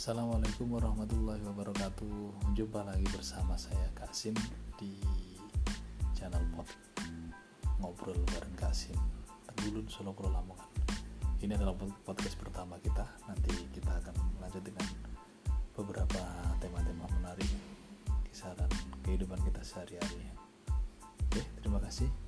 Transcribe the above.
Assalamualaikum warahmatullahi wabarakatuh. Jumpa lagi bersama saya Kasim di channel Ngobrol bareng Kasim, Tegulun, Solo, Pro, Lamongan. Ini adalah podcast pertama kita. Nanti kita akan lanjut dengan beberapa tema-tema menarik, kisaran kehidupan kita sehari-hari. Oke, terima kasih.